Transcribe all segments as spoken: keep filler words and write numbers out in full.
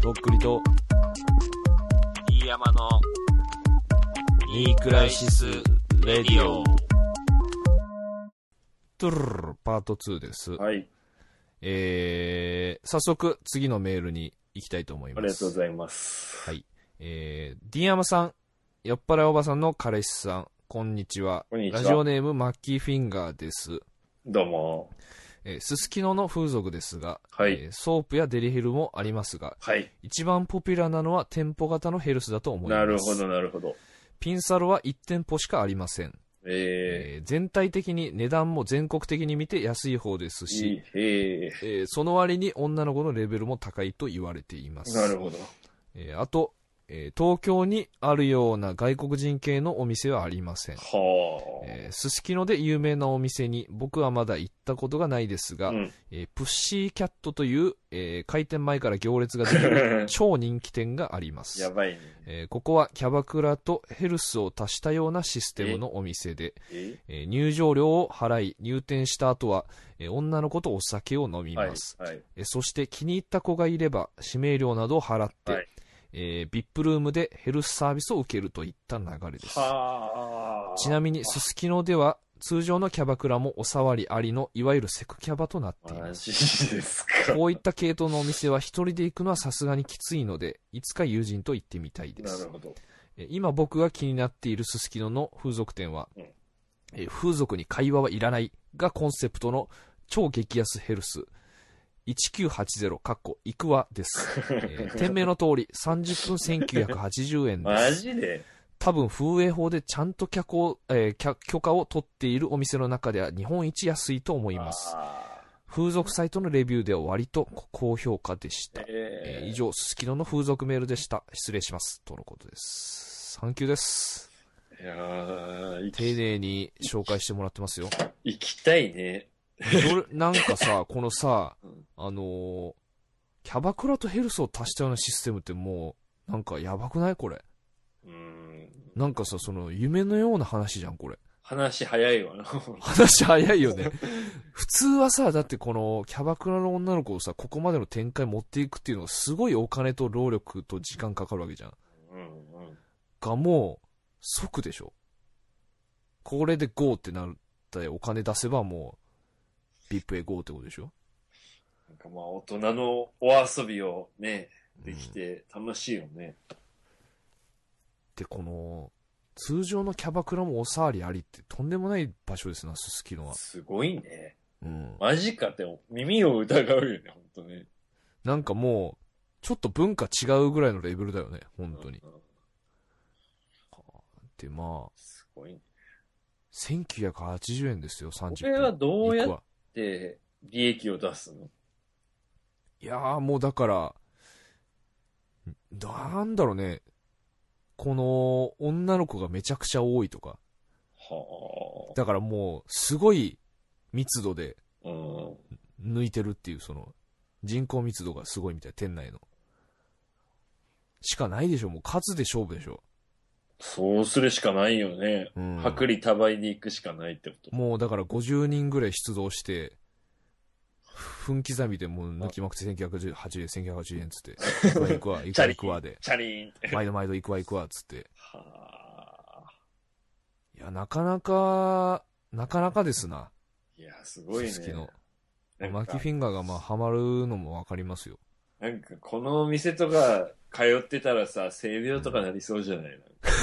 とっくりと飯山のニークライシスレディオトゥルルルパートツーです。 はい。 えー、早速次のメールに行きたいと思います。 ありがとうございます。 はい。えー、ディアマさん、酔っ払いおばさんの彼氏さん、こんにちは。 こんにちは。 ラジオネームマッキーフィンガーです。 どうも。 えー、すすきのの風俗ですが、 はい、 えー、ソープやデリヘルもありますが、 はい、 一番ポピュラーなのは店舗型のヘルスだと思います。 なるほどなるほど。 ピンサロはいち店舗しかありません。 えーえー、全体的に値段も全国的に見て安い方ですし、 えーえー、その割に女の子のレベルも高いと言われています。 なるほど。 えー、あと、えー、東京にあるような外国人系のお店はありません。 はえー、すすきので有名なお店に僕はまだ行ったことがないですが、うんえー、プッシーキャットという、えー、開店前から行列ができる超人気店があります。 やばいね。 えー、ここはキャバクラとヘルスを足したようなシステムのお店で、ええー、入場料を払い入店した後は、えー、女の子とお酒を飲みます、はいはいえー、そして気に入った子がいれば指名料などを払って、はいえー、ブイアイピー ルームでヘルスサービスを受けるといった流れです。ちなみにすすきのでは通常のキャバクラもお触りありのいわゆるセクキャバとなっています。 マジですか。 こういった系統のお店は一人で行くのはさすがにきついのでいつか友人と行ってみたいです。 なるほど。 今僕が気になっているすすきのの風俗店は、うんえー、風俗に会話はいらないがコンセプトの超激安ヘルスいちきゅうはちゼロかっこいくわです、えー、店名の通りさんじゅっぷんせんきゅうひゃくはちじゅうえんです。 マジで多分風営法でちゃんと許可を、えー、許可を取っているお店の中では日本一安いと思います。風俗サイトのレビューでは割と高評価でした、えーえー、以上すすきのの風俗メールでした。失礼しますとのことです。サンキューです。 いやー丁寧に紹介してもらってますよ。 行きたいね。 なんかさこのさあのー、キャバクラとヘルスを足したようなシステムってもうなんかやばくないこれ。うーんなんかさその夢のような話じゃんこれ。 話早いわな。 話早いよね。普通はさだってこのキャバクラの女の子をさここまでの展開持っていくっていうのがすごいお金と労力と時間かかるわけじゃん、うんうん、がもう即でしょ。これで ゴー ってなったらお金出せばもうビップ へ ゴー ってことでしょ。 なんかまあ大人のお遊びをねできて楽しいよね、うん、 でこの通常のキャバクラもおさわりありってとんでもない場所ですなすすきのは。 すごいね、 うん、 マジかって耳を疑うよね本当ね。 なんかもうちょっと文化違うぐらいのレベルだよね本当に、うんうん、でまあすごいね。 せんきゅうひゃくはちじゅうえんですよさんじゅっぷん。これはどうやって利益を出すの？ いやーもうだからなんだろうねこの女の子がめちゃくちゃ多いとかはだからもうすごい密度で抜いてるっていうその人口密度がすごいみたいな店内のしかないでしょ。もう数で勝負でしょ。 そうするしかないよね、うん、薄利多売で行くしかないってこと。 もうだからごじゅうにんぐらい出動して分刻みでもう抜きまくってせんきゅうひゃくはちじゅうえんせんきゅうひゃくはちじゅうえんっつって行くわ行くわ行くわ行くわでチャリーンって毎度毎度行くわ行くわっつってはあいやなかなかなかなかですな。 いやすごいね。 すすきのマキフィンガーがまあハマるのもわかりますよ。 なんかこのお店とか通ってたらさ性病とかなりそうじゃない、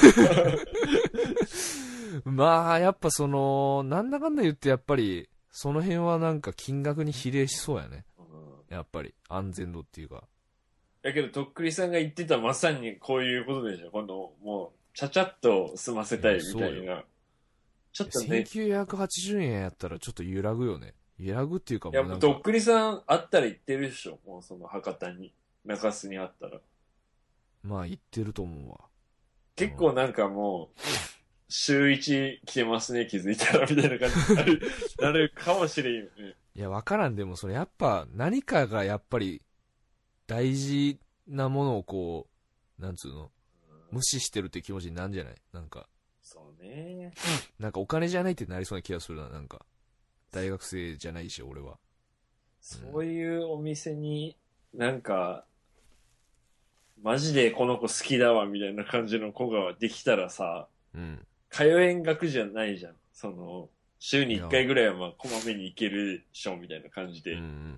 うん、まあやっぱそのなんだかんだ言ってやっぱりその辺はなんか金額に比例しそうやね、うん、やっぱり安全度っていうか。 だけどとっくりさんが言ってたまさにこういうことでしょ。今度もうちゃちゃっと済ませたいみたいな。 ちょっとねせんきゅうひゃくはちじゅうえんやったらちょっと揺らぐよね。揺らぐっていうかもうなんか。 いやとっくりさんあったら行ってるでしょ。もうその博多に中洲にあったら。 まあ行ってると思うわ。 結構なんかもう週一来てますね気づいたらみたいな感じになるなるかもしれんよね。 いやわからん。でもそれやっぱ何かがやっぱり大事なものをこうなんつうの無視してるって気持ちになんじゃない。なんかそうね。 なんかお金じゃないってなりそうな気がするな。なんか大学生じゃないし俺は。 そういうお店になんかマジでこの子好きだわみたいな感じの子ができたらさ、 うん。 通えん学じゃないじゃん。その、週にいっかいぐらいはまあ、こまめに行けるでしょみたいな感じで、 うん。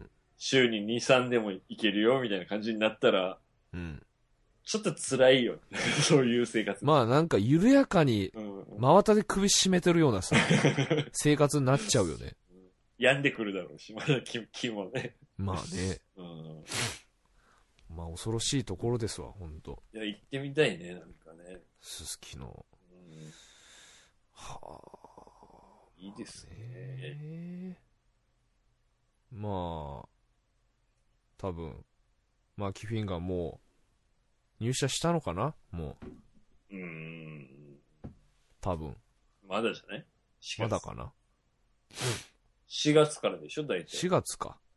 週にに、さんでも行けるよみたいな感じになったら、 うん。 ちょっと辛いよ。そういう生活。 まあなんか緩やかにうん真綿で首絞めてるようなさ、生活になっちゃうよね。 病んでくるだろうし、まだ気気もね。 まあね。 うん。 まあ恐ろしいところですわ、ほんと。 いや、行ってみたいね、なんかね。 すすきの。 うん、 はあ。 いいですね。 ねまあ、多分、マーキー・フィンガーもう入社したのかなもう。うーん。 多分。 まだじゃないしがつまだかな。 しがつからでしょ、大体。 しがつか。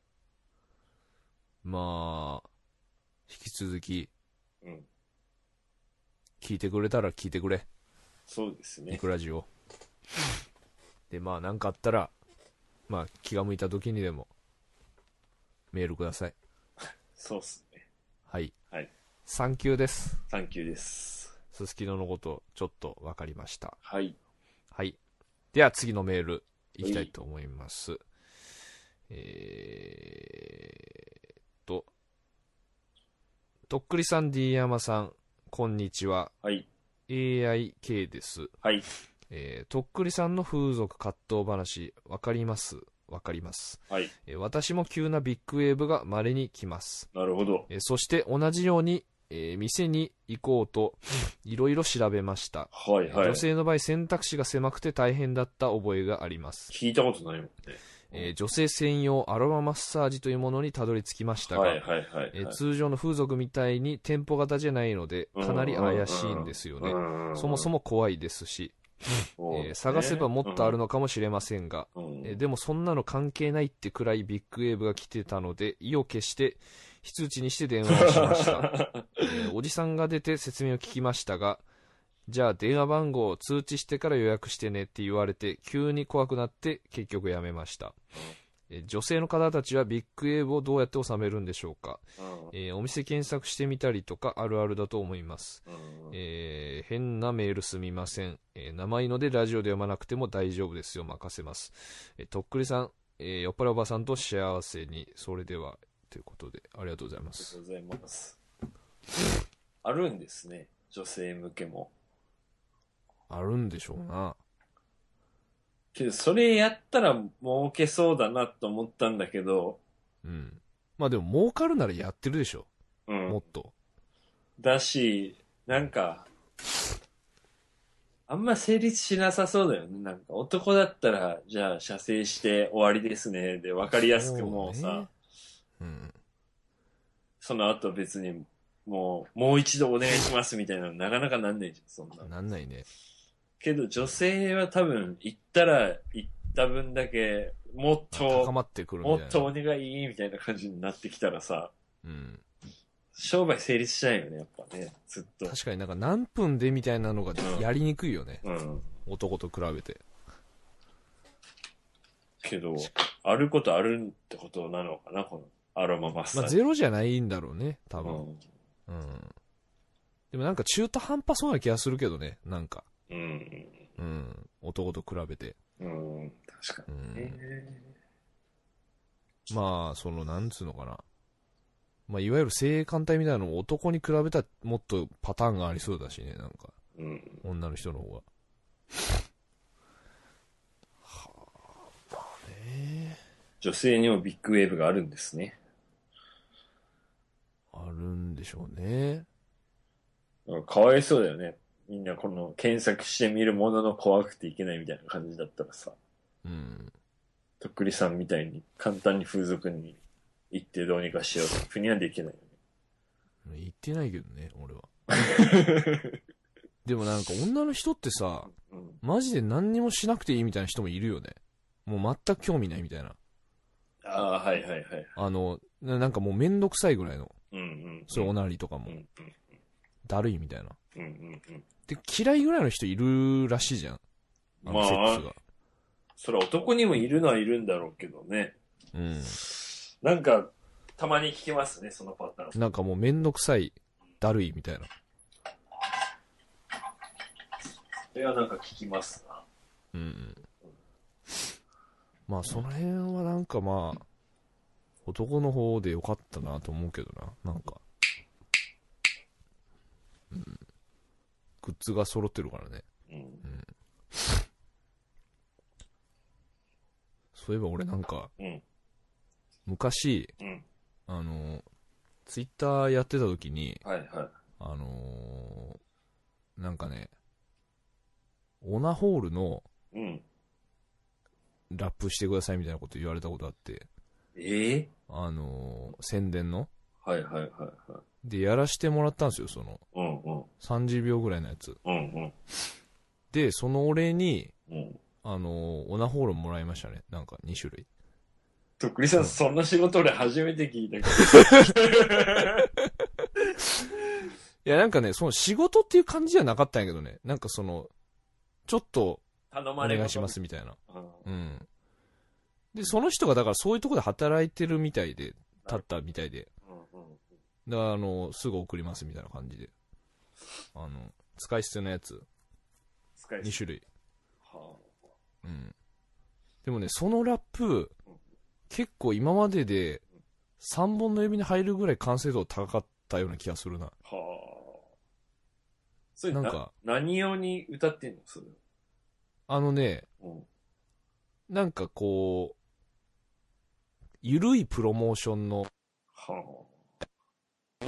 まあ、引き続き、 うん。 聞いてくれたら聞いてくれ。 そうですね。 ニクラジオ。で、まあ、なんかあったら、まあ、気が向いた時にでも、メールください。 そうっすね。 はい。 はい。 サンキューです。 サンキューです。 すすきののこと、ちょっと分かりました。 はい。 はい。では、次のメール、いきたいと思います。えーっと、とっくりさん、D 山さん、こんにちは。 はい。 エーアイケー です。 はい。 えー、とっくりさんの風俗葛藤話、わかりますわかります、 はい。 えー。私も急なビッグウェーブが稀に来ます。 なるほど。 えー、そして同じように、えー、店に行こうといろいろ調べました。 はいはい。 女性の場合選択肢が狭くて大変だった覚えがあります。 聞いたことないもんね。 えー、女性専用アロママッサージというものにたどり着きましたが、 はいはいはいはい、 えー、通常の風俗みたいに店舗型じゃないのでかなり怪しいんですよね。そもそも怖いですし、えー、探せばもっとあるのかもしれませんが、 うんえー、でもそんなの関係ないってくらいビッグウェーブが来てたので意を決して非通知にして電話をしました、えー、おじさんが出て説明を聞きましたが、じゃあ電話番号を通知してから予約してねって言われて急に怖くなって結局やめました。えー、女性の方たちはビッグウェーブをどうやって収めるんでしょうか。えー、お店検索してみたりとかあるあるだと思います。えー、変なメールすみません。えー、生いのでラジオで読まなくても大丈夫ですよ。任せます。えー、とっくりさん、えー、酔っ払いおばさんと幸せに。それではということでありがとうございます。 ありがとうございます。あるんですね、女性向けも。 あるんでしょうな。 けどそれやったら儲けそうだなと思ったんだけど。 うん。まあでも儲かるならやってるでしょ。うん。もっと。 だし、なんか、あんま成立しなさそうだよね。なんか男だったら、じゃあ射精して終わりですね。で、分かりやすくもうさ、 そうね、うん。 その後別に、もう、もう一度お願いしますみたいなのなかなかなんないじゃん、そんな。 なんないね。 けど女性は多分、行ったら行った分だけ、もっと、 高まってくるみたいな。 もっとお願いみたいな感じになってきたらさ、 うん。 商売成立しないよね、やっぱね、ずっと。 確かになんか何分でみたいなのがやりにくいよね。 うん。うん、 男と比べて。 けど、あることあるってことなのかな、このアロママッサージ。 まあゼロじゃないんだろうね、多分。うん。うん、でもなんか中途半端そうな気がするけどね、なんか。うん。うん。男と比べて。 うん、確かに、ね。 うん、まあ、その、なんつうのかな。まあ、いわゆる性感帯みたいなのも男に比べたらもっとパターンがありそうだしね、なんか。うん。女の人の方が。はあ、 ね。女性にもビッグウェーブがあるんですね。 あるんでしょうね。 かわいそうだよね。みんなこの検索してみるものの怖くていけないみたいな感じだったらさ。うん。とっくりさんみたいに簡単に風俗に行ってどうにかしようとふにはできないよね。行ってないけどね、俺は。でもなんか女の人ってさ、うん、マジで何にもしなくていいみたいな人もいるよね。もう全く興味ないみたいな。 ああ、はいはいはい。 あの、なんかもうめんどくさいぐらいの。うんうん、うん。そういうおなりとかも。うんうん、だるいみたいな。うんうんうん。で、嫌いぐらいの人いるらしいじゃん。あのセックスが。まあ、 それは男にもいるのはいるんだろうけどね。うん。なんか、たまに聞きますね、そのパターン。 なんかもうめんどくさいだるいみたいな。 それはなんか聞きますな。 うん。まあその辺はなんかまあ、男の方でよかったなと思うけどな、なんか。うん。グッズが揃ってるからね。うん。うん、そういえば俺なんか、うん、昔、うん、あの、ツイッターやってた時に、はいはい、あのー、なんかね、オナホールの、うん、ラップしてくださいみたいなこと言われたことあって、えー、あのー、宣伝の、はいはいはいはい。で、やらしてもらったんですよ、その、うんうん、さんじゅうびょうぐらいのやつ。うんうん、で、そのお礼に、うん、あのー、オナホールもらいましたね、なんかに種類。 とっくりさん、そんな仕事俺初めて聞いたけど。 いや、なんかね、その仕事っていう感じじゃなかったんやけどね、なんかその、ちょっと、お願いしますみたいな。うん。で、その人がだからそういうところで働いてるみたいで、立ったみたいで。だから、あの、すぐ送りますみたいな感じで。あの、使い捨てのやつ。に種類。はあ、うん。でもね、そのラップ、結構今まででさんぼんの指に入るぐらい完成度高かったような気がするな。はあ。 それなんか、何用に歌ってんのそれ。 あのね、うん、なんかこう、ゆるいプロモーションの、はあ、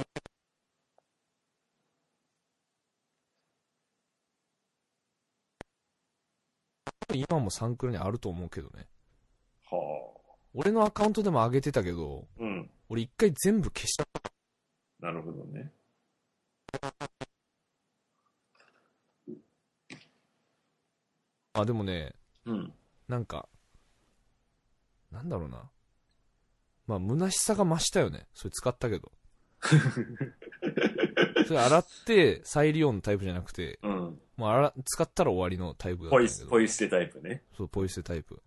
今もサンクルにあると思うけどね。はあ。俺のアカウントでも上げてたけど、うん、俺一回全部消した。 なるほどね。 あ、でもね、うん、なんか、なんだろうな。まあ、虚しさが増したよね。それ使ったけど。それ洗って再利用のタイプじゃなくて、うん、もう洗使ったら終わりのタイプだったんだけど。 ポイ捨てタイプね。 そう、ポイ捨てタイプ。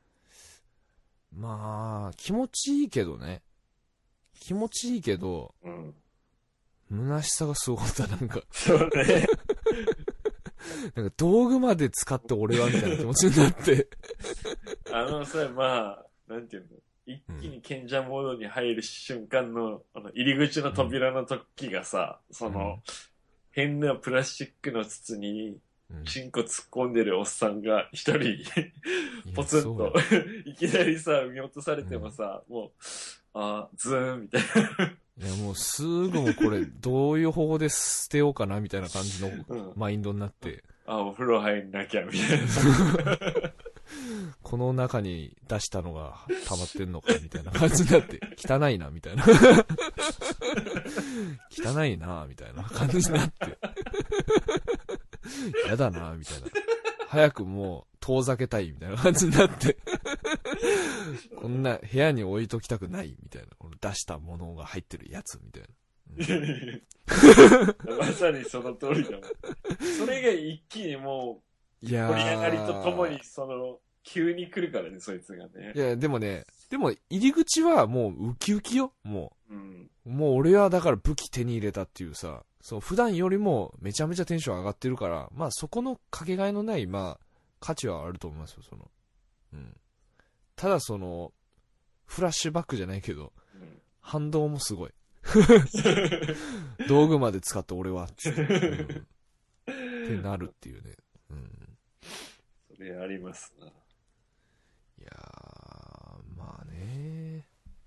まあ、気持ちいいけどね。気持ちいいけど、うん、虚しさがすごかった、なんか。そうね。なんか道具まで使って俺はみたいな気持ちになって。 あのさ、まあ、なんていうの、一気に賢者モードに入る瞬間の、あの入り口の扉の時がさ、うん、その、変なプラスチックの筒に、チンコ突っ込んでるおっさんが一人、ポツンと、いきなりさ、見落とされてもさ、うん、もう、あー、ズーンみたいな。 いやもうすぐもこれどういう方法で捨てようかなみたいな感じのマインドになって、うん、 あ、お風呂入んなきゃみたいな。 この中に出したのが溜まってんのかみたいな感じになって、汚いなみたいな。汚いなみたいな感じになって。やだなみたいな。早くもう遠ざけたいみたいな感じになって。こんな部屋に置いときたくないみたいな。この出したものが入ってるやつみたいな。 うん、まさにその通りだもん。それが一気にもう、盛り上がりとともに、その、急に来るからね、そいつがね。 いや、でもね、でも入り口はもうウキウキよ、もう。うん、もう俺はだから武器手に入れたっていうさ、そう普段よりもめちゃめちゃテンション上がってるから、まあそこのかけがえのない、まあ、価値はあると思いますよ、その。うん。ただその、フラッシュバックじゃないけど、うん、反動もすごい。道具まで使って俺はって、うん、ってなるっていうね。うん。 それありますな。いやー、まあね。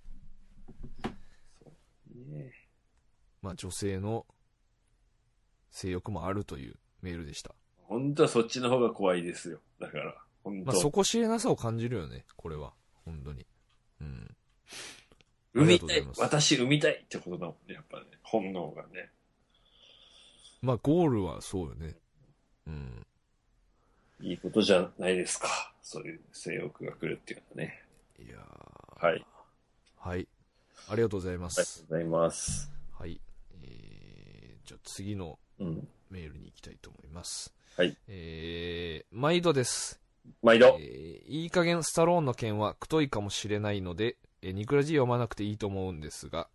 そうね。まあ女性の性欲もあるというメールでした。 本当はそっちの方が怖いですよ。だから、本当。 まあ底知れなさを感じるよね、これは。本当に。うん。 産みたい。私産みたいってことだもんね、やっぱね。本能がね。 まあゴールはそうよね。うん。 いいことじゃないですか。そういう性欲が来るっていうのはね。 いやー。はい。 はい。ありがとうございます。 ありがとうございます。 はい。えー、じゃあ次のメールに行きたいと思います。 うん、はい。 えー、毎度です。 毎度。 えー、いい加減スタローンの件は太いかもしれないので、えー、ニクラジ読まなくていいと思うんですが、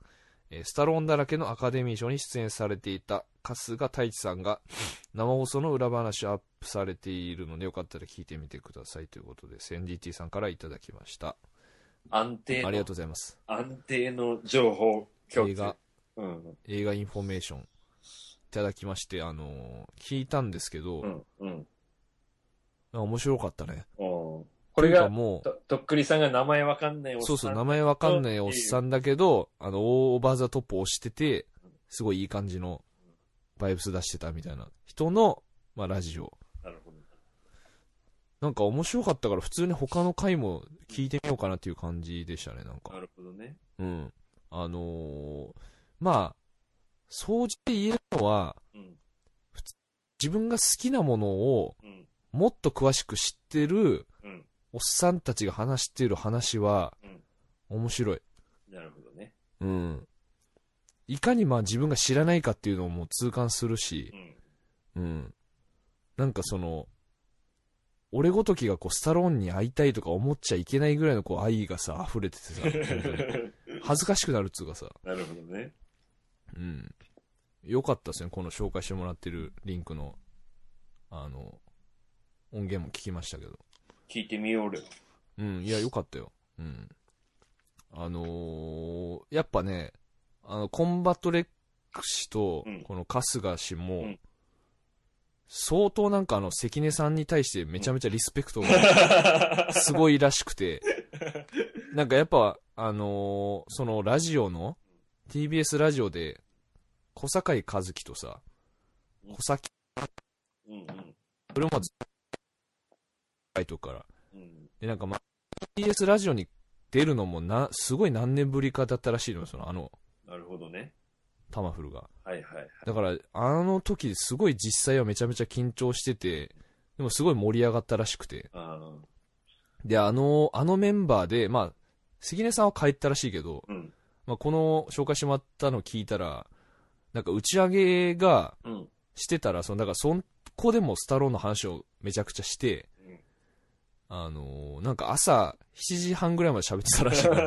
えー、スタローンだらけのアカデミー賞に出演されていた春日太一さんが生放送の裏話をアップされているので、よかったら聞いてみてくださいということで、エヌディーティー さんからいただきました。 安定のありがとうございます。 安定の情報映画、うん、映画インフォメーションいただきまして、あのー、聞いたんですけど、うんうん、面白かったね。 これがもう と, とっくりさんが名前わかんないおっさん、 そうそう、名前わかんないおっさんだけど、あのオーバーザトップを押してて、すごいいい感じのバイブス出してたみたいな人の、まあ、ラジオ。なるほど。なんか面白かったから普通に他の回も聞いてみようかなっていう感じでしたね、なんか。 なるほどね。 うん。あのー、まあ、総じて言えるのは、うん、普通自分が好きなものをもっと詳しく知ってるおっさんたちが話している話は面白い。 なるほどね。 うん。いかにまあ自分が知らないかっていうのをもう痛感するし、うん。うん、なんかその、俺ごときがこうスタローンに会いたいとか思っちゃいけないぐらいのこう愛がさ溢れててさ恥ずかしくなるっつうかさ。 なるほどね。 うん。よかったですね、この紹介してもらってるリンクのあの音源も聞きましたけど。 聞いてみよう俺。 うん、いやよかったよ。うん。あのー、やっぱね、あのコンバットレック氏とこの春日氏も、うん、相当なんかあの関根さんに対してめちゃめちゃリスペクトがすごいらしくて、なんかやっぱあのー、そのラジオの ティービーエス ラジオで小堺一樹とさ、小崎、うんうん、それもずっととから、うん、でなんかまあ ティービーエス ラジオに出るのもなすごい何年ぶりかだったらしいのよ、そのあの。 なるほどね。 タマフルが。 はいはいはい。 だから、あの時すごい実際はめちゃめちゃ緊張してて、でもすごい盛り上がったらしくて。あで、あの、あのメンバーで、まあ、関根さんは帰ったらしいけど、うん、まあ、この紹介してもらったの聞いたら、なんか打ち上げがしてたら、うん、その、だからそこでもスタローンの話をめちゃくちゃして、うん、あの、なんか朝しちじはんぐらいまで喋ってたらしいから、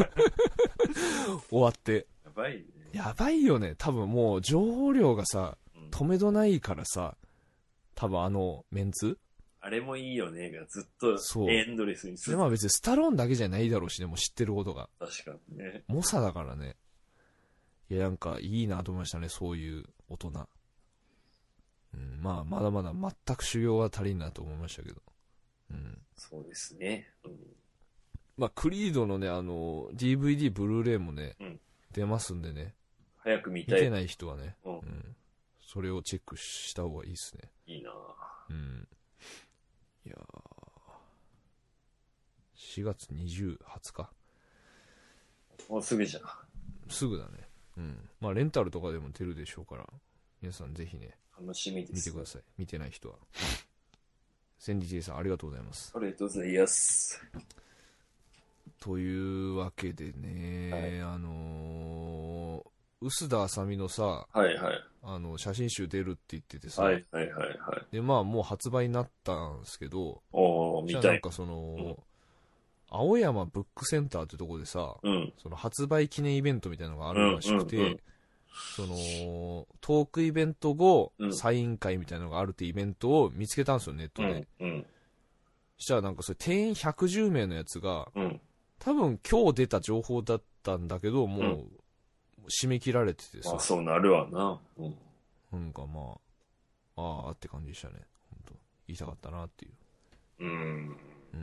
終わって。 やばいね。 やばいよね。多分もう情報量がさ、止めどないからさ、多分あのメンツあれもいいよねがずっとエンドレスにする。でまあ別にスタローンだけじゃないだろうしね、もう知ってることが。 確かにね。 猛者だからね。いやなんかいいなと思いましたね、そういう大人。うん、まあまだまだ全く修行は足りんなと思いましたけど。うん。 そうですね。うん、 まあクリードのね、あの ディーブイディー ブルーレイもね、うん、出ますんでね。 早く見たい。 見てない人はね、うん、うん、それをチェックした方がいいですね。 いいなぁ。 うん。いやしがつにじゅうはつか。 もうすぐじゃん。 すぐだね。うん。まあレンタルとかでも出るでしょうから、皆さんぜひね、 楽しみです。 見てください。見てない人は。センディジェイさんありがとうございます。 ありがとうございます。 というわけでね、はい、あのー、臼田あさみのさ、 はいはい、 あの写真集出るって言っててさ、 はいはいはいはい、 でまあもう発売になったんですけど、 おー見たい。 じゃあなんかその、うん、青山ブックセンターってとこでさ、うん、その発売記念イベントみたいなのがあるらしくて、うんうんうん、そのトークイベント後、うん、サイン会みたいなのがあるってイベントを見つけたんですよ、ネットで。うんうん、そしたらなんかそれ定員ひゃくじゅうめいのやつが、うん、多分今日出た情報だったんだけど、もう、うん締め切られててさ。 あ、そうなるわな。うん。 なんかまあ、ああって感じでしたね。本当言いたかったなっていう。 うん。うん。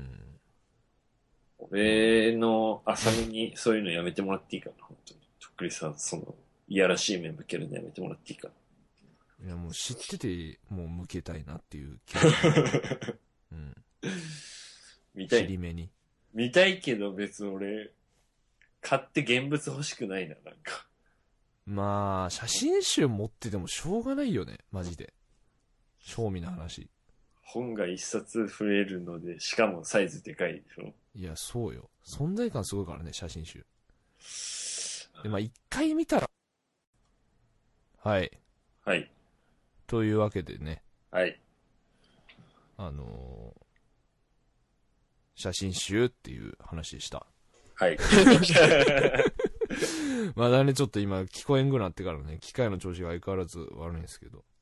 俺の浅見にそういうのやめてもらっていいかな、本当に。とっくりさん、その、いやらしい面向けるのやめてもらっていいかな。いやもう知ってて、もう向けたいなっていう気がうん。 見たい。 尻目に。 見たいけど別に俺、買って現物欲しくないな、なんか。 まあ、写真集持っててもしょうがないよね、マジで。賞味の話。 本が一冊増えるので、しかもサイズでかいでしょ。 いや、そうよ。存在感すごいからね、写真集。で、まあ、一回見たら、はい。 はい。 というわけでね。 はい。 あのー、写真集っていう話でした。 はい。 まだね、ちょっと今聞こえんくなってからね、機械の調子が相変わらず悪いんですけど。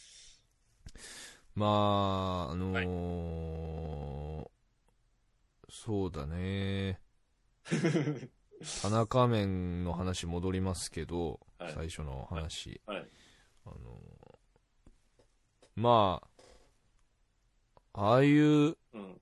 まあ、あのーはい、そうだね。田中麺の話戻りますけど、はい、最初の話。はいはい、あのー、まあ、ああいう、うん、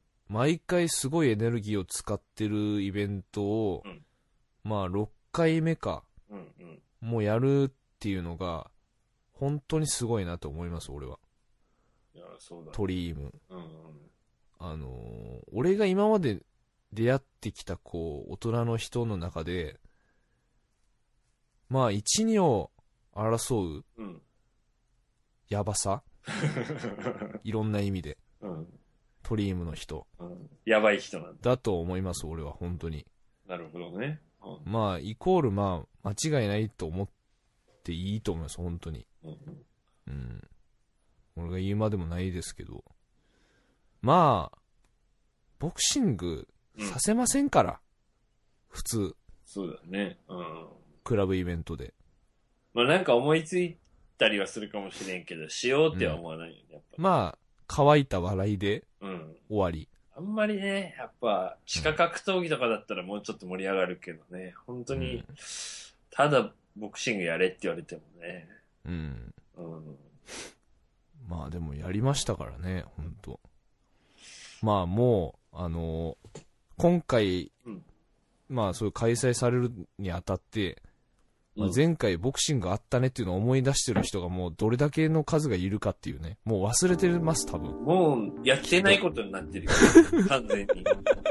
毎回すごいエネルギーを使ってるイベントを、うん、まあろっかいめか、うんうん、もうやるっていうのが本当にすごいなと思います。俺は。 いや、そうだね、 トリーム、 うんうん、 あのー、俺が今まで出会ってきたこう大人の人の中で、まあ一二を争う、うん、やばさいろんな意味で、うん、トリームの人、 うん、やばい人なんだと思います。俺は本当に。 なるほどね。 うん、まあイコールまあ間違いないと思っていいと思います。本当に。うん、うん。俺が言うまでもないですけど、まあボクシングさせませんから、うん、普通。 そうだね。うん。 クラブイベントで。 まあなんか思いついたりはするかもしれんけど、しようっては思わないよね、うん、やっぱ。 まあ乾いた笑いで終わり。 あんまりね、やっぱ地下格闘技とかだったらもうちょっと盛り上がるけどね、うん、本当にただボクシングやれって言われてもね。うん。うん。 まあでもやりましたからね、本当。まあもうあのー、今回、うん、まあそういう開催されるにあたって、まあ、前回ボクシングあったねっていうのを思い出してる人がもうどれだけの数がいるかっていうね、もう忘れてます多分。 もうやってないことになってるよ完全に。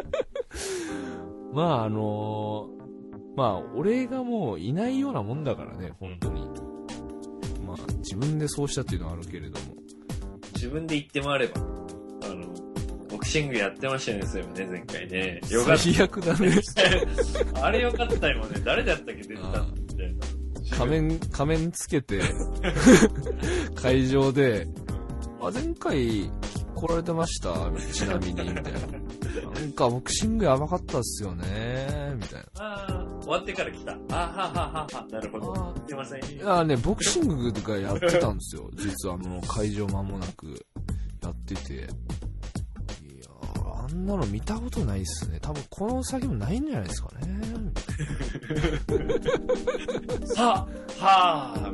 まああのー、まあ俺がもういないようなもんだからね、本当に。まあ自分でそうしたっていうのはあるけれども、 自分で言って回れば、あのボクシングやってましたよね、そういえばね、前回ね。よかった。 最悪だね。 あれよかったよね。誰だったっけ出てたみたいな。 仮面、仮面つけて、会場で、あ、前回来られてましたちなみに、みたいな。なんかボクシングやばかったっすよねみたいな。 ああ、終わってから来た。あーはははは、なるほど。すいません。いやね、ボクシングとかやってたんですよ。実はもう会場間もなくやってて。あんなの見たことないっすね。多分この先もないんじゃないですかね。 さあ、はあ。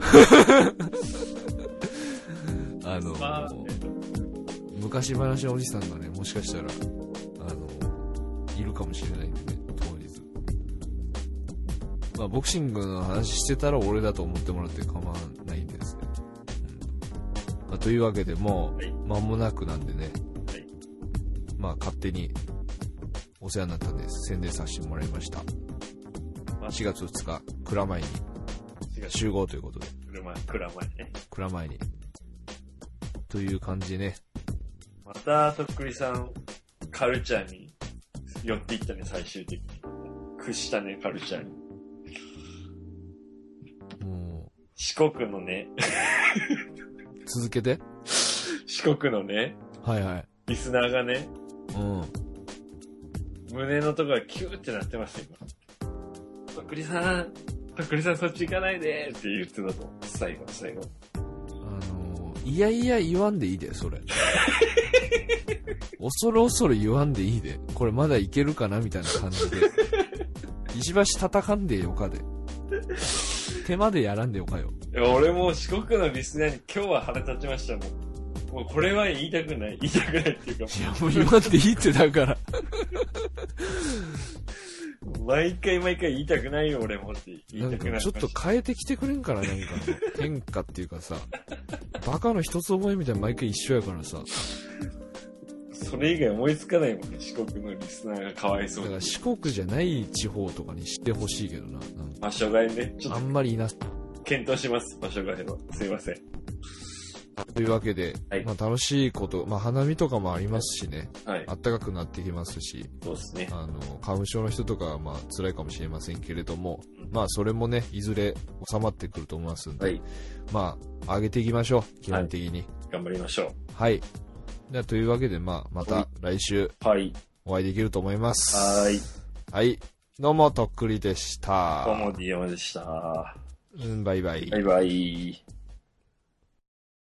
あのー、昔話のおじさんがね、もしかしたら、あのー、いるかもしれないんでね、当日。まあ、ボクシングの話してたら俺だと思ってもらって構わないんですね。うん、まあ、というわけでもう、間もなくなんでね、まあ勝手にお世話になったんで宣伝させてもらいました。しがつふつか蔵前に集合ということで。 蔵前ね。 蔵前に。という感じね。 またとっくりさんカルチャーに寄っていったね、最終的に。屈したね、カルチャーに。もう四国のね。 続けて。 四国のね。 はいはい。 リスナーがね。うん、胸のとこがキューってなってました今。とっくりさん、とっくりさんそっち行かないでって言ってたと。最後最後。 あのー、いやいや言わんでいいでそれ。恐る恐る言わんでいいで。これまだいけるかなみたいな感じで。石橋叩んでよかで。手間でやらんでよかよ。 いや俺も四国のリスナーに今日は腹立ちましたもん。もうこれは言いたくない言いたくないっていうか、 いやもう言わんでいいってだから毎回毎回言いたくないよ俺もって言いたくない。 なんかちょっと変えてきてくれんから、なんか変化っていうかさ、バカの一つ覚えみたいな毎回一緒やからさ、 それ以外思いつかないもんね。四国のリスナーがかわいそう。 だから四国じゃない地方とかにしてほしいけどな。 場所替えね、 ちょっとあんまりいな検討します、場所替えは。すいません。 というわけで、はい、まあ楽しいこと、まあ花見とかもありますしね、はい、暖かくなってきますし、 そうですね。 あの花粉症の人とかはまあ辛いかもしれませんけれども、うん、まあそれもねいずれ収まってくると思いますんで、はい、まあ上げていきましょう、基本的に、はい、 頑張りましょう。 はい。ではというわけでまあまた来週お会いできると思います。 はい。 はい。 どうも、とっくりでした。 どうも、ディオでした。 うん、バイバイ。 バイバイ。